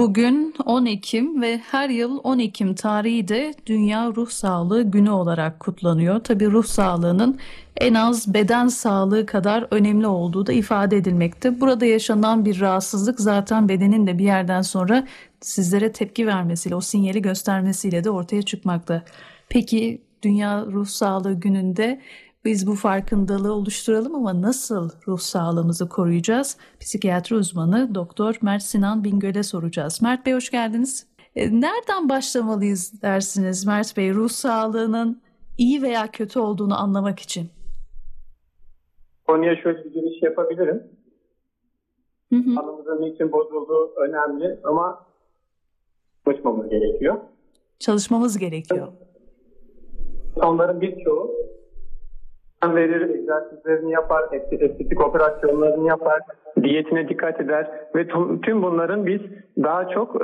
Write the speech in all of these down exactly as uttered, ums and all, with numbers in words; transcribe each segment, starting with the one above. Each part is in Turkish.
Bugün on Ekim ve her yıl on Ekim tarihi de Dünya Ruh Sağlığı Günü olarak kutlanıyor. Tabii ruh sağlığının en az beden sağlığı kadar önemli olduğu da ifade edilmekte. Burada yaşanan bir rahatsızlık zaten bedenin de bir yerden sonra sizlere tepki vermesiyle, o sinyali göstermesiyle de ortaya çıkmakta. Peki Dünya Ruh Sağlığı Günü'nde biz bu farkındalığı oluşturalım ama nasıl ruh sağlığımızı koruyacağız? Psikiyatri uzmanı Doktor Mert Sinan Bingöl'e soracağız. Mert Bey hoş geldiniz. E, Nereden başlamalıyız dersiniz Mert Bey ruh sağlığının iyi veya kötü olduğunu anlamak için? Konuya şöyle bir giriş yapabilirim. Hı hı. Anımızın için bozulduğu önemli ama çalışmamız gerekiyor. Çalışmamız gerekiyor. Onların birçoğu verir, egzersizlerini yapar, estetik operasyonlarını yapar, diyetine dikkat eder ve tüm bunların biz daha çok e,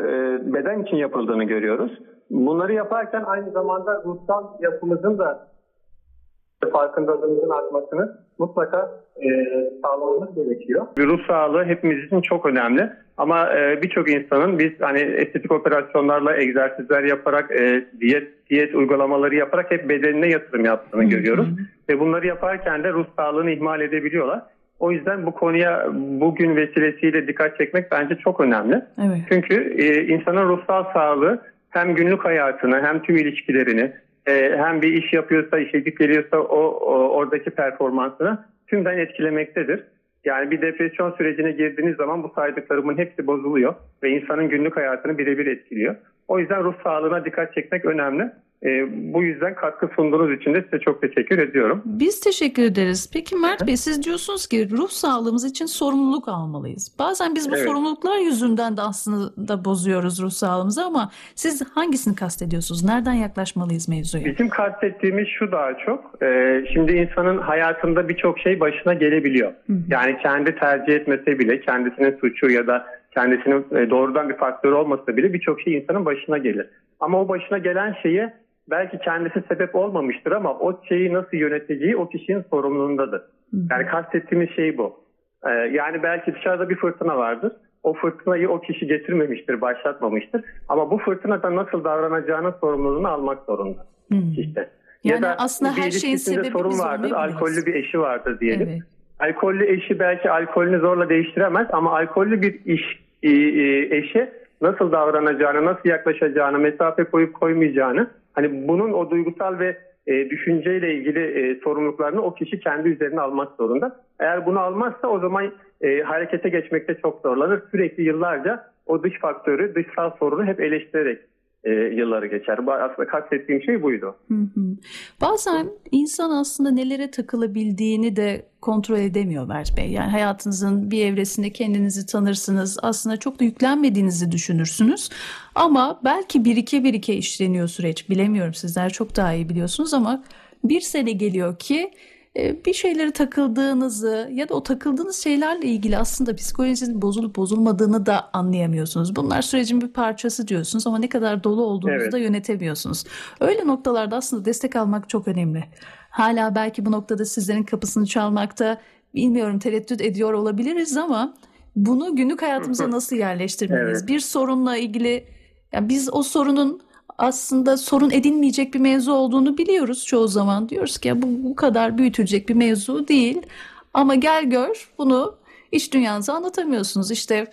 e, beden için yapıldığını görüyoruz. Bunları yaparken aynı zamanda ruhsal yapımızın da farkındalığımızın artmasını mutlaka e, sağlamamız gerekiyor. Ruh sağlığı hepimiz için çok önemli ama e, birçok insanın biz hani estetik operasyonlarla egzersizler yaparak e, diyet diyet uygulamaları yaparak hep bedenine yatırım yaptığını görüyoruz. Ve bunları yaparken de ruh sağlığını ihmal edebiliyorlar. O yüzden bu konuya bugün vesilesiyle dikkat çekmek bence çok önemli. Evet. Çünkü e, insanın ruhsal sağlığı hem günlük hayatını hem tüm ilişkilerini e, hem bir iş yapıyorsa, işe gidip geliyorsa o, o oradaki performansını tümden etkilemektedir. Yani bir depresyon sürecine girdiğiniz zaman bu saydıklarımın hepsi bozuluyor ve insanın günlük hayatını birebir etkiliyor. O yüzden ruh sağlığına dikkat çekmek önemli. E, bu yüzden katkı sunduğunuz için de size çok teşekkür ediyorum. Biz teşekkür ederiz. Peki Mert Bey siz diyorsunuz ki ruh sağlığımız için sorumluluk almalıyız. Bazen biz bu Evet. sorumluluklar yüzünden de aslında bozuyoruz ruh sağlığımızı ama siz hangisini kastediyorsunuz? Nereden yaklaşmalıyız mevzuya? Bizim kastettiğimiz şu daha çok. E, şimdi insanın hayatında birçok şey başına gelebiliyor. Hı hı. Yani kendi tercih etmese bile kendisinin suçu ya da kendisinin e, doğrudan bir faktörü olmasa bile birçok şey insanın başına gelir. Ama o başına gelen şeye belki kendisi sebep olmamıştır ama o şeyi nasıl yöneteceği o kişinin sorumluluğundadır. Yani kastettiğimiz şey bu. Ee, yani belki dışarıda bir fırtına vardır. O fırtınayı o kişi getirmemiştir, başlatmamıştır. Ama bu fırtınada nasıl davranacağının sorumluluğunu almak zorunda. Hmm. İşte. Yani ya da aslında bir her şeyin ilişkisinde sebebi sorun biz vardır, olmayabiliriz. alkollü bir eşi vardır diyelim. Evet. Alkollü eşi belki alkolünü zorla değiştiremez ama alkollü bir iş e, e, eşe nasıl davranacağını, nasıl yaklaşacağını, mesafe koyup koymayacağını, hani bunun o duygusal ve e, düşünceyle ilgili e, sorumluluklarını o kişi kendi üzerine almak zorunda. Eğer bunu almazsa o zaman e, harekete geçmekte çok zorlanır. Sürekli yıllarca o dış faktörü, dışsal sorunu hep eleştirerek e, yılları geçer. Bu aslında kastettiğim şey buydu. Hı hı. Bazen insan aslında nelere takılabildiğini de kontrol edemiyor Mert Bey. Yani hayatınızın bir evresinde kendinizi tanırsınız. Aslında çok da yüklenmediğinizi düşünürsünüz. Ama belki birike birike işleniyor süreç. Bilemiyorum, sizler çok daha iyi biliyorsunuz ama bir sene geliyor ki bir şeylere takıldığınızı ya da o takıldığınız şeylerle ilgili aslında psikolojinizin bozulup bozulmadığını da anlayamıyorsunuz. Bunlar sürecin bir parçası diyorsunuz ama ne kadar dolu olduğunuzu Evet. da yönetemiyorsunuz. Öyle noktalarda aslında destek almak çok önemli. Hala belki bu noktada sizlerin kapısını çalmakta bilmiyorum tereddüt ediyor olabiliriz ama bunu günlük hayatımıza nasıl yerleştirmeliyiz? Evet. Bir sorunla ilgili yani biz o sorunun aslında sorun edinmeyecek bir mevzu olduğunu biliyoruz çoğu zaman. Diyoruz ki ya bu, bu kadar büyütülecek bir mevzu değil. Ama gel gör bunu iç dünyanıza anlatamıyorsunuz. İşte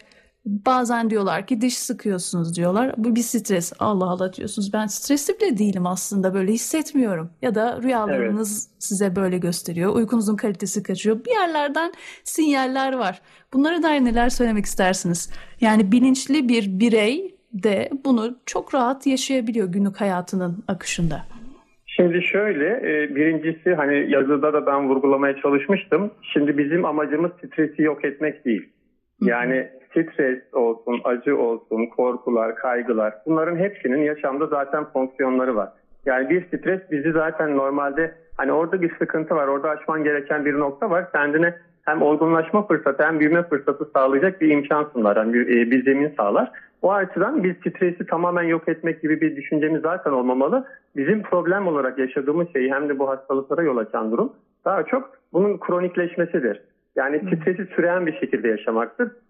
bazen diyorlar ki diş sıkıyorsunuz diyorlar. Bu bir stres. Allah Allah diyorsunuz. Ben stresli bile değilim aslında, böyle hissetmiyorum. Ya da rüyalarınız size böyle gösteriyor. Uykunuzun kalitesi kaçıyor. Bir yerlerden sinyaller var. Bunlara dair neler söylemek istersiniz? Yani bilinçli bir birey de bunu çok rahat yaşayabiliyor günlük hayatının akışında. Şimdi şöyle, birincisi hani yazıda da ben vurgulamaya çalışmıştım. Şimdi bizim amacımız stresi yok etmek değil. Yani stres olsun, acı olsun, korkular, kaygılar, bunların hepsinin yaşamda zaten fonksiyonları var. Yani bir stres bizi zaten normalde hani orada bir sıkıntı var, orada aşman gereken bir nokta var. Kendine hem olgunlaşma fırsatı hem büyüme fırsatı sağlayacak bir imkan sunar, yani bir, bir zemin sağlar. O açıdan biz stresi tamamen yok etmek gibi bir düşüncemiz zaten olmamalı. Bizim problem olarak yaşadığımız şey hem de bu hastalıklara yol açan durum daha çok bunun kronikleşmesidir. Yani stresi süren bir şekilde yaşamaktır.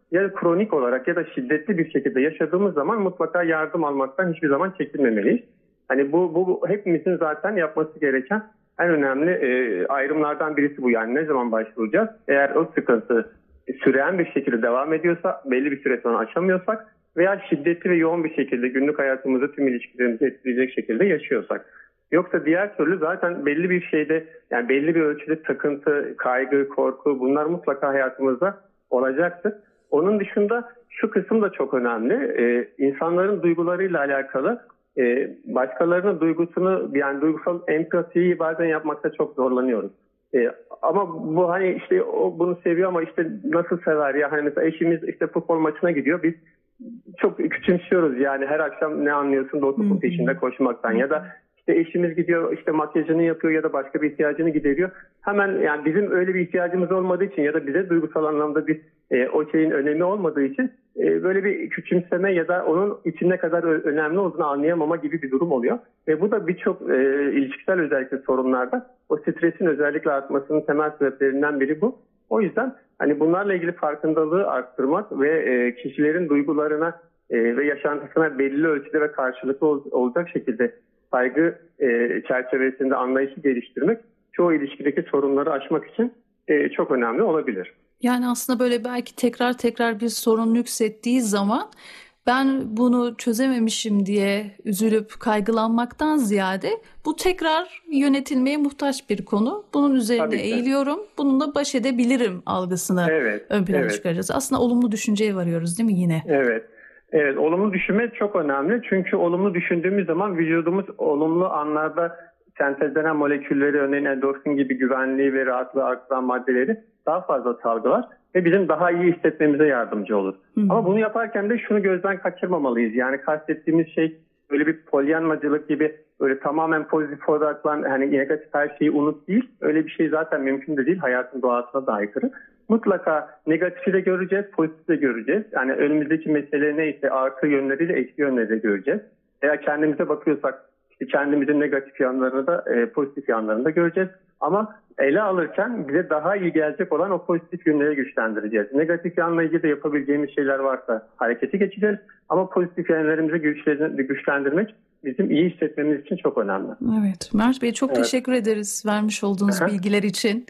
ya kronik olarak ya da şiddetli bir şekilde yaşadığımız zaman mutlaka yardım almaktan hiçbir zaman çekinmemeliyiz. Hani bu, bu hepimizin zaten yapması gereken en önemli e, ayrımlardan birisi bu. Yani ne zaman başvuracağız? Eğer o sıkıntı süren bir şekilde devam ediyorsa, belli bir süre sonra aşamıyorsak veya şiddetli ve yoğun bir şekilde günlük hayatımızı, tüm ilişkilerimizi etkileyecek şekilde yaşıyorsak. Yoksa diğer türlü zaten belli bir şeyde, yani belli bir ölçüde takıntı, kaygı, korku, bunlar mutlaka hayatımızda olacaktır. Onun dışında şu kısım da çok önemli. Ee, insanların duygularıyla alakalı e, başkalarının duygusunu, yani duygusal empatiyi bazen yapmakta çok zorlanıyoruz. Ee, ama bu hani işte o bunu seviyor ama işte nasıl sever ya, hani mesela eşimiz işte futbol maçına gidiyor, biz çok küçümsüyoruz yani, her akşam ne anlıyorsun da o topun peşinde koşmaktan, ya da işte eşimiz gidiyor işte makyajını yapıyor ya da başka bir ihtiyacını gideriyor. Hemen, yani bizim öyle bir ihtiyacımız olmadığı için ya da bize duygusal anlamda bir e, o şeyin önemi olmadığı için e, böyle bir küçümseme ya da onun için ne kadar önemli olduğunu anlayamama gibi bir durum oluyor. Ve bu da birçok e, ilişkisel özellikle sorunlarda o stresin özellikle artmasının temel sebeplerinden biri bu. O yüzden hani bunlarla ilgili farkındalığı arttırmak ve e, kişilerin duygularına e, ve yaşantısına belli ölçüde ve karşılıklı ol, olacak şekilde saygı e, çerçevesinde anlayışı geliştirmek çoğu ilişkideki sorunları aşmak için e, çok önemli olabilir. Yani aslında böyle belki tekrar tekrar bir sorun yükselttiği zaman ben bunu çözememişim diye üzülüp kaygılanmaktan ziyade bu tekrar yönetilmeye muhtaç bir konu. Bunun üzerine eğiliyorum, bununla baş edebilirim algısını evet, ön plana evet. çıkaracağız. Aslında olumlu düşünceye varıyoruz değil mi yine? Evet. Evet, olumlu düşünme çok önemli. Çünkü olumlu düşündüğümüz zaman vücudumuz olumlu anlarda sentezlenen molekülleri, örneğin endorfin gibi güvenliği ve rahatlığı artıran maddeleri daha fazla salgılar ve bizim daha iyi hissetmemize yardımcı olur. Hı. Ama bunu yaparken de şunu gözden kaçırmamalıyız. Yani kastettiğimiz şey böyle bir polyanmacılık gibi böyle tamamen pozitif odaklan, hani negatif her şeyi unut değil. Öyle bir şey zaten mümkün de değil. Hayatın doğasına da aykırı. Mutlaka negatifi de göreceğiz, pozitifi de göreceğiz. Yani önümüzdeki mesele neyse artı yönleriyle eksi yönleri de göreceğiz. Eğer kendimize bakıyorsak işte kendimizin negatif yanlarını da e, pozitif yanlarını da göreceğiz. Ama ele alırken bize daha iyi gelecek olan o pozitif yönleri güçlendireceğiz. Negatif yanla ilgili de yapabileceğimiz şeyler varsa harekete geçeceğiz. Ama pozitif yönlerimizi güçlendirmek bizim iyi hissetmemiz için çok önemli. Evet, Mert Bey çok evet. teşekkür ederiz vermiş olduğunuz Aha. bilgiler için.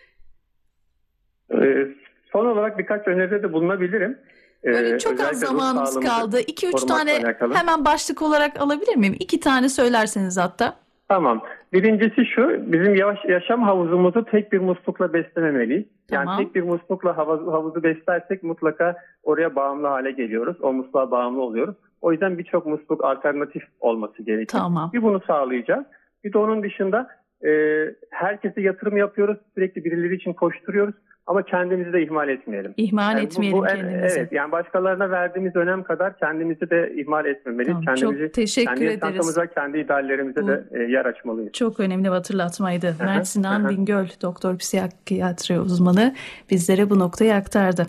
Ee, son olarak birkaç öneride de bulunabilirim. Böyle ee, çok az zamanımız kaldı. iki üç tane alakalı. Hemen başlık olarak alabilir miyim? İki tane söylerseniz hatta. Tamam. Birincisi şu, bizim yavaş, yaşam havuzumuzu tek bir muslukla beslememeliyiz. Tamam. Yani tek bir muslukla havuzu, havuzu beslersek mutlaka oraya bağımlı hale geliyoruz. O musluğa bağımlı oluyoruz. O yüzden birçok musluk alternatif olması gerekiyor. Tamam. Bir bunu sağlayacağız. Bir de onun dışında e, herkese yatırım yapıyoruz. Sürekli birileri için koşturuyoruz. Ama kendimizi de ihmal etmeyelim. İhmal yani etmeyelim bu, bu kendimizi. Evet, yani başkalarına verdiğimiz önem kadar kendimizi de ihmal etmemeliyiz. Tamam, kendimizi, çok teşekkür kendi ederiz. Kendi kendi ideallerimize bu, de e, yer açmalıyız. Çok önemli bir hatırlatmaydı. Mert Sinan Bingöl, doktor psikiyatri uzmanı bizlere bu noktayı aktardı.